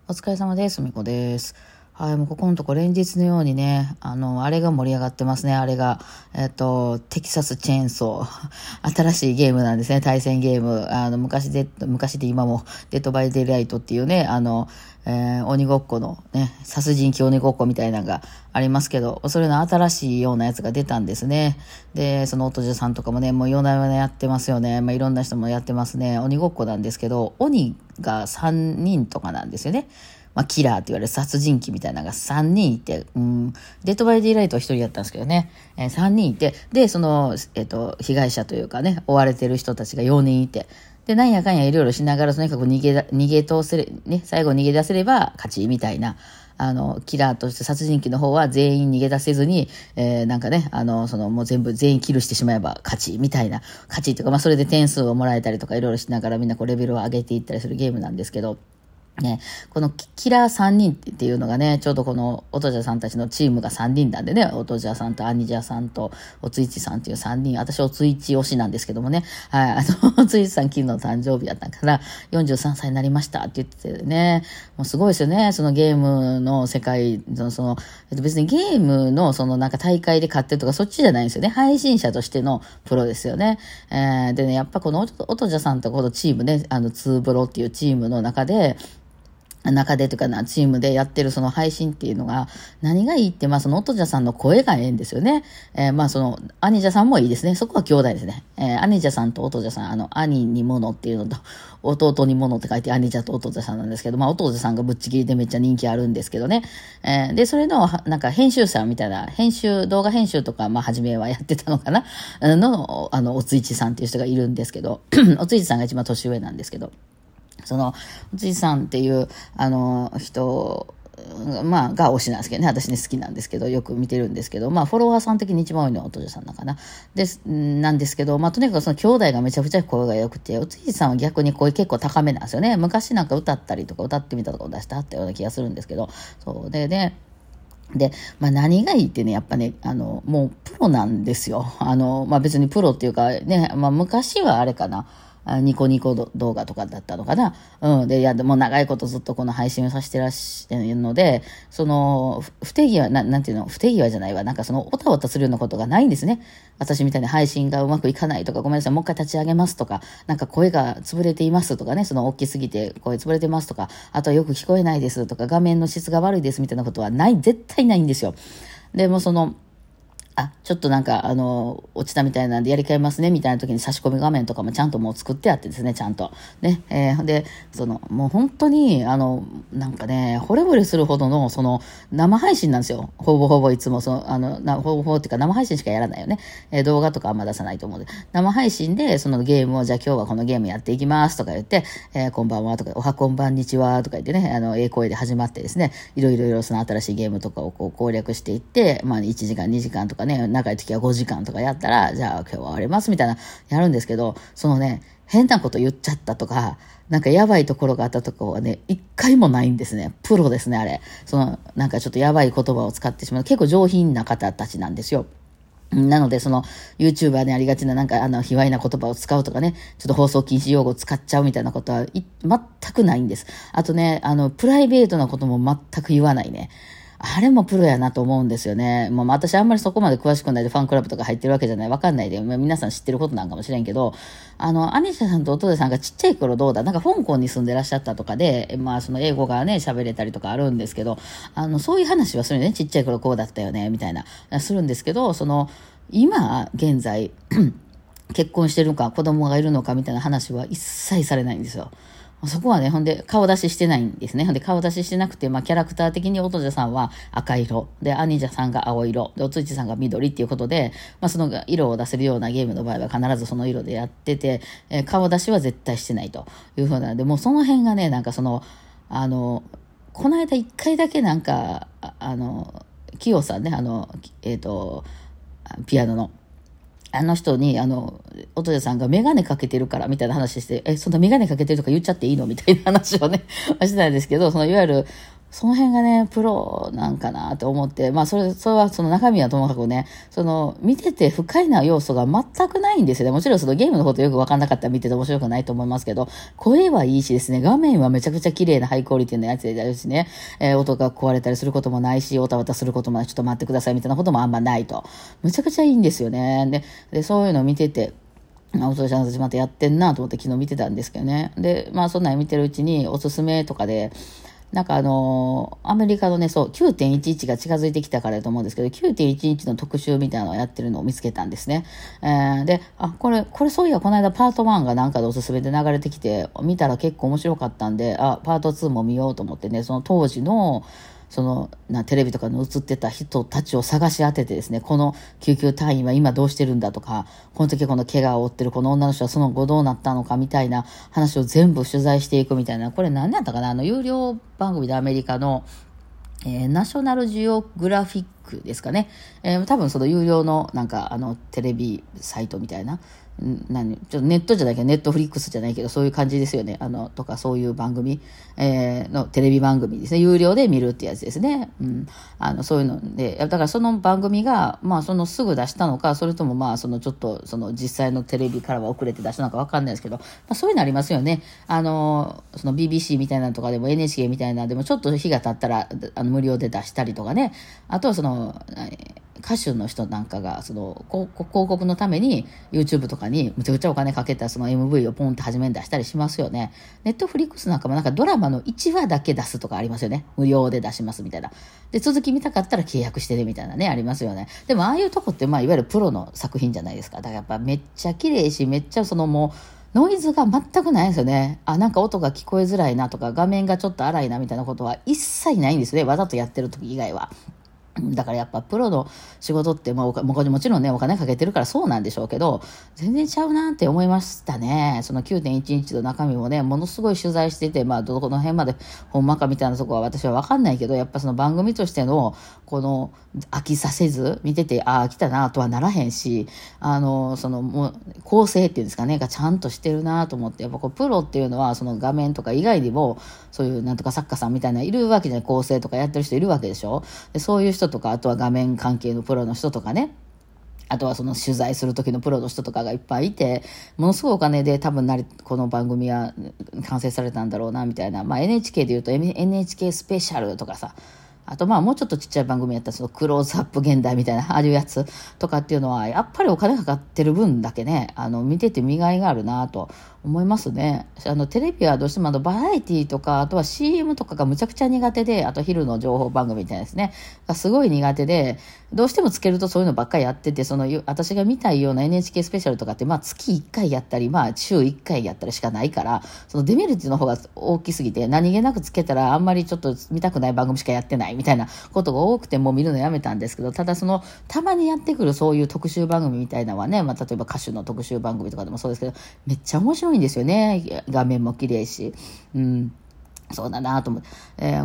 お疲れ様です。みこです。はい、もうここのとこ連日のようにね、あれが盛り上がってますね。あれが、テキサスチェーンソー。新しいゲームなんですね。対戦ゲーム。昔で今も、デッドバイデイライトっていうね、鬼ごっこのね、殺人鬼鬼ごっこみたいなのがありますけど、それの新しいようなやつが出たんですね。で、その音女さんとかもね、もう夜な夜なやってますよね。いろんな人もやってますね。鬼ごっこなんですけど、鬼が3人とかなんですよね。キラーって言われる殺人鬼みたいなのが3人いて、デッドバイデイライトは1人やったんですけどね、3人いて、で、その、被害者というかね、追われてる人たちが4人いて、で、なんやかんやいろいろしながら、とにかく逃げ通せれ、ね、最後逃げ出せれば勝ちみたいな、キラーとして殺人鬼の方は全員逃げ出せずに、なんかね、もう全員キルしてしまえば勝ちみたいな、勝ちというか、それで点数をもらえたりとかいろいろしながらみんなこうレベルを上げていったりするゲームなんですけど、ね、このキラー3人っていうのがね、ちょうどこのおとじゃさんたちのチームが3人なんでね、おとじゃさんとアニジャさんとおついちさんっていう3人、私おついち推しなんですけどもね、はい、おついちさん昨日の誕生日やったから43歳になりましたって言っててね、もうすごいですよね、そのゲームの世界の別にゲームのなんか大会で勝ってるとかそっちじゃないんですよね、配信者としてのプロですよね。でね、やっぱこのおとじゃさんとこのチームね、ツーブロっていうチームの中でというかな、チームでやってるその配信っていうのが、何がいいって、そのおとじゃさんの声がええんですよね。アニジャさんもいいですね。そこは兄弟ですね。アニジャさんとおとじゃさん、兄にものっていうのと、弟にものって書いてアニジャとおとじゃさんなんですけど、おとじゃさんがぶっちぎりでめっちゃ人気あるんですけどね。で、それの、なんか編集者みたいな、動画編集とか、初めはやってたのかなおついちさんっていう人がいるんですけど、おついちさんが一番年上なんですけど、おじいさんっていう、人、が推しなんですけどね。私ね、好きなんですけど、よく見てるんですけど、フォロワーさん的に一番多いのはおとじさんなのかな。なんですけど、とにかくその兄弟がめちゃくちゃ声が良くて、おじいさんは逆に声結構高めなんですよね。昔なんか歌ったりとか、歌ってみたとかを出してはったような気がするんですけど、そう。で、何がいいってね、やっぱね、もうプロなんですよ。別にプロっていうかね、昔はあれかな。ニコニコ動画とかだったのかな。でも長いことずっとこの配信をさせてらっしゃるので、不手際、なんていうの、不手際じゃないわ。なんかおたおたするようなことがないんですね。私みたいに配信がうまくいかないとか、ごめんなさい、もう一回立ち上げますとか、なんか声が潰れていますとかね、大きすぎて声潰れてますとか、あとはよく聞こえないですとか、画面の質が悪いですみたいなことは絶対ないんですよ。でもちょっとなんか、落ちたみたいなんでやり替えますね、みたいな時に差し込み画面とかもちゃんともう作ってあってですね、ちゃんと。ね。で、もう本当に、なんかね、惚れ惚れするほどの、生配信なんですよ。ほぼほぼいつも、ほぼほぼっていうか生配信しかやらないよね。動画とかあんま出さないと思うので。生配信で、そのゲームを、じゃあ今日はこのゲームやっていきますとか言って、こんばんはとか、おはこんばんにちはとか言ってね、声で始まってですね、いろいろその新しいゲームとかをこう攻略していって、1時間、2時間とかね、長い時は5時間とかやったら、じゃあ今日は終わりますみたいな、やるんですけど、変なこと言っちゃったとか、なんかやばいところがあったところはね、一回もないんですね。プロですね、あれ。なんかちょっとやばい言葉を使ってしまう。結構上品な方たちなんですよ。なので、YouTuber にありがちな、なんか、卑猥な言葉を使うとかね、ちょっと放送禁止用語を使っちゃうみたいなことは、全くないんです。あとね、プライベートなことも全く言わないね。あれもプロやなと思うんですよね。私あんまりそこまで詳しくないでファンクラブとか入ってるわけじゃない。わかんないで、皆さん知ってることなんかもしれんけど、アニシャさんとおとでさんがちっちゃい頃どうだなんか香港に住んでらっしゃったとかで、英語がね、喋れたりとかあるんですけど、そういう話はするね。ちっちゃい頃こうだったよね、みたいな、するんですけど、今、現在、結婚してるのか、子供がいるのかみたいな話は一切されないんですよ。そこはね、ほんで、顔出ししてないんですね。ほんで、顔出ししてなくて、キャラクター的におとじゃさんは赤色、で、アニジャさんが青色、で、おついちさんが緑っていうことで、その色を出せるようなゲームの場合は必ずその色でやってて、顔出しは絶対してないというふうなので、もうその辺がね、なんかこの間一回だけなんか、キヨさんね、ピアノの、人に、おとじさんがメガネかけてるからみたいな話して、そんなメガネかけてるとか言っちゃっていいのみたいな話をね、してたんですけど、いわゆる、 その辺がね、プロなんかなと思って、まあそれはその中身はともかくね、見てて不快な要素が全くないんですよね。もちろんそのゲームのことよくわかんなかったら見てて面白くないと思いますけど、声はいいしですね、画面はめちゃくちゃ綺麗なハイクオリティのやつであるしね、音が壊れたりすることもないし、おたわたすることもない、ちょっと待ってくださいみたいなこともあんまないと。めちゃくちゃいいんですよね。で、そういうのを見てて、お父ちゃんたちまたやってんなと思って昨日見てたんですけどね。で、まあそんなん見てるうちにおすすめとかで、なんかアメリカのね、9.11 が近づいてきたからだと思うんですけど、9.11の特集みたいなのをやってるのを見つけたんですね。で、これそういや、この間パート1がなんかでおすすめで流れてきて、見たら結構面白かったんで、パート2も見ようと思ってね、その当時の、テレビとかに映ってた人たちを探し当ててですね、この救急隊員は今どうしてるんだとか、この時この怪我を負ってるこの女の人はその後どうなったのかみたいな話を全部取材していくみたいな、これ何やったかな、有料番組でアメリカの、ナショナルジオグラフィックですかね。多分その有料のなんかテレビサイトみたいな、ちょっとネットじゃないけど、ネットフリックスじゃないけど、そういう感じですよね。とかそういう番組、のテレビ番組ですね。有料で見るってやつですね。そういうので、だからその番組が、まあすぐ出したのか、それともまあちょっと実際のテレビからは遅れて出したのかわかんないですけど、まあそういうのありますよね。BBC みたいなのとかでも NHK みたいなのでもちょっと日が経ったら、無料で出したりとかね。あとは歌手の人なんかが広告のために YouTube とかにむちゃくちゃお金かけたMV をポンって初めに出したりしますよね。ネットフリックスなんかもなんかドラマの1話だけ出すとかありますよね。無料で出しますみたいな。で、続き見たかったら契約してねみたいなね、ありますよね。でもああいうとこってまあいわゆるプロの作品じゃないですか。だからやっぱめっちゃ綺麗し、めっちゃもうノイズが全くないんですよね。なんか音が聞こえづらいなとか、画面がちょっと荒いなみたいなことは一切ないんですね。わざとやってる時以外は。だからやっぱプロの仕事って、もちろんね、お金かけてるからそうなんでしょうけど、全然ちゃうなって思いましたね。その 9.11 の中身もね、ものすごい取材していて、まあ、どこの辺までほんまかみたいなとこは私はわかんないけど、やっぱその番組としての、飽きさせず、見てて、飽きたなとはならへんし、もう、構成っていうんですかね、がちゃんとしてるなと思って、やっぱプロっていうのは、その画面とか以外にも、そういうなんとか作家さんみたいなのいるわけじゃない、構成とかやってる人いるわけでしょ。でそういう人とか、あとは画面関係のプロの人とかね、あとはその取材する時のプロの人とかがいっぱいいて、ものすごいお金で多分この番組は完成されたんだろうなみたいな、まあ NHK でいうと NHK スペシャルとかさ、あとまあもうちょっとちっちゃい番組やったらそのクローズアップ現代みたいなああいうやつとかっていうのはやっぱりお金かかってる分だけね、見てて見がいがあるなと思いますね。テレビはどうしてもバラエティとか、あとは CM とかがむちゃくちゃ苦手で、あと昼の情報番組みたいなですね、がすごい苦手で、どうしてもつけるとそういうのばっかりやってて、私が見たいような NHK スペシャルとかって、まあ月1回やったり、まあ週1回やったりしかないから、そのデメリットの方が大きすぎて、何気なくつけたらあんまりちょっと見たくない番組しかやってないみたいなことが多くて、もう見るのやめたんですけど、ただたまにやってくるそういう特集番組みたいなのはね、まあ例えば歌手の特集番組とかでもそうですけど、めっちゃ面白いんですよね。画面も綺麗し。そうだなと思って、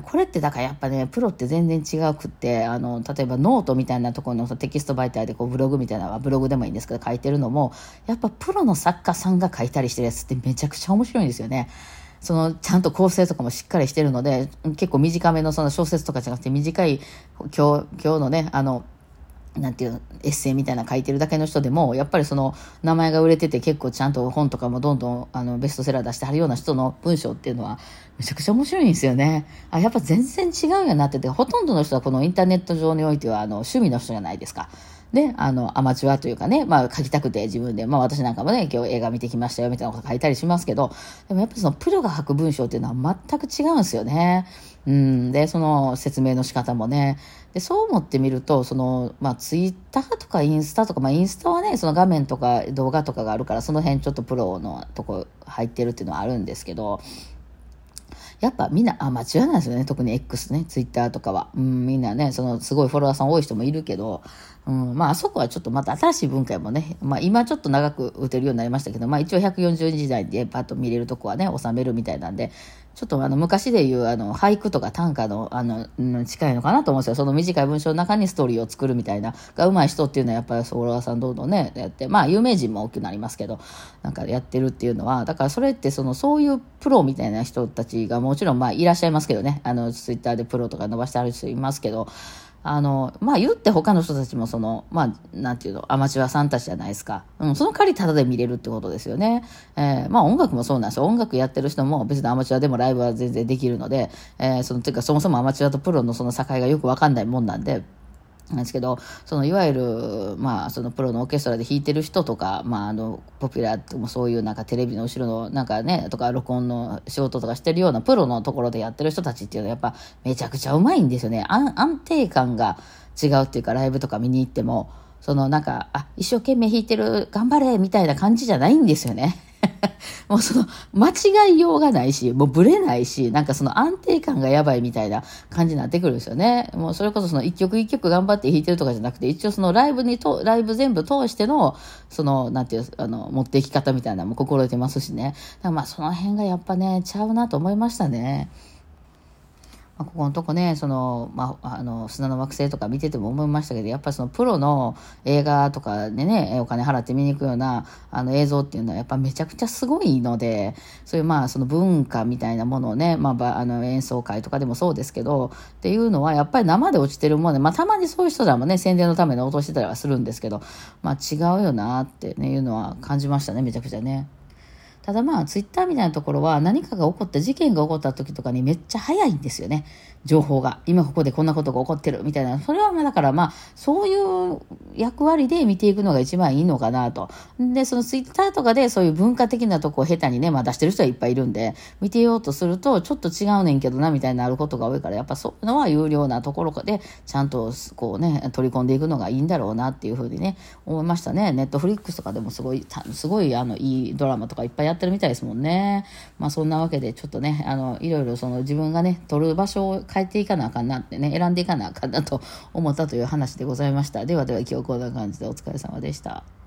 これってだからやっぱね、プロって全然違うくって、例えばノートみたいなところのテキスト媒体でブログみたいな、ブログでもいいんですけど書いてるのも、やっぱプロの作家さんが書いたりしてるやつってめちゃくちゃ面白いんですよね。ちゃんと構成とかもしっかりしてるので、結構短めのその小説とかじゃなくて短い、今日のね、なんていうエッセイみたいな書いてるだけの人でもやっぱり名前が売れてて結構ちゃんと本とかもどんどんベストセラー出してはるような人の文章っていうのはめちゃくちゃ面白いんですよね。やっぱ全然違うよなってて、ほとんどの人はこのインターネット上においては趣味の人じゃないですか。で、アマチュアというかね、まあ書きたくて自分で、まあ私なんかもね、今日映画見てきましたよみたいなこと書いたりしますけど、でもやっぱりプロが書く文章っていうのは全く違うんですよね。で、説明の仕方もね。で、そう思ってみると、まあツイッターとかインスタとか、まあインスタはね、画面とか動画とかがあるから、その辺ちょっとプロのとこ入ってるっていうのはあるんですけど、やっぱみんなアマチュアなんですよね。特に X ね、ツイッターとかは。みんなね、すごいフォロワーさん多い人もいるけど、 まあ、あそこはちょっとまた新しい文化もね、まあ、今ちょっと長く打てるようになりましたけど、まあ、一応140時代でパッと見れるとこはね、収めるみたいなんで、ちょっと昔でいう俳句とか短歌の近いのかなと思うんですよ。その短い文章の中にストーリーを作るみたいなが上手い人っていうのはやっぱりソーラーさんどんどんねやって、まあ有名人も大きくなりますけど、なんかやってるっていうのは、だからそれってそういうプロみたいな人たちがもちろんまあいらっしゃいますけどね、ツイッターでプロとか伸ばしてある人いますけど、まあ言って他の人たちもまあ、なんていうの、アマチュアさんたちじゃないですか。その代わりタダで見れるってことですよね。まあ音楽もそうなんですよ。音楽やってる人も別にアマチュアでもライブは全然できるので、ていうかそもそもアマチュアとプロのその境がよくわかんないもんなんで、なんですけど、いわゆる、まあ、プロのオーケストラで弾いてる人とか、まあ、ポピュラーとかもそういうなんかテレビの後ろのなんかね、とか録音の仕事とかしてるようなプロのところでやってる人たちっていうのはやっぱめちゃくちゃうまいんですよね。安定感が違うっていうか、ライブとか見に行っても、なんか、一生懸命弾いてる、頑張れみたいな感じじゃないんですよね。もう間違いようがないし、もうブレないし、なんか安定感がやばいみたいな感じになってくるんですよね。もうそれこそ一曲一曲頑張って弾いてるとかじゃなくて、一応ライブ全部通しての、なんていう、持っていき方みたいなのも心得てますしね。だからまあその辺がやっぱね、ちゃうなと思いましたね。ここのとこね、砂の惑星とか見てても思いましたけど、やっぱプロの映画とかでね、お金払って見に行くような映像っていうのはやっぱめちゃくちゃすごいので、そういう文化みたいなものをね、演奏会とかでもそうですけど、っていうのはやっぱり生で落ちてるもので、たまにそういう人らもね、宣伝のために落としてたりはするんですけど、違うよなってね、いうのは感じましたね、めちゃくちゃね。ただツイッターみたいなところは何かが起こった事件が起こった時とかにめっちゃ早いんですよね。情報が。今ここでこんなことが起こってるみたいな。それはだからそういう役割で見ていくのが一番いいのかなと。で、ツイッターとかでそういう文化的なとこを下手にね、出してる人はいっぱいいるんで、見てようとするとちょっと違うねんけどなみたいになることが多いから、やっぱそういうのは有料なところでちゃんとこうね、取り込んでいくのがいいんだろうなっていうふうにね、思いましたね。ネットフリックスとかでもすごいいいドラマとかいっぱいやってるみたいですもんね。そんなわけでちょっとね、いろいろ自分がね、撮る場所を変えていかなあかんなってね、選んでいかなあかんなと思ったという話でございました。では今日こんな感じでお疲れ様でした。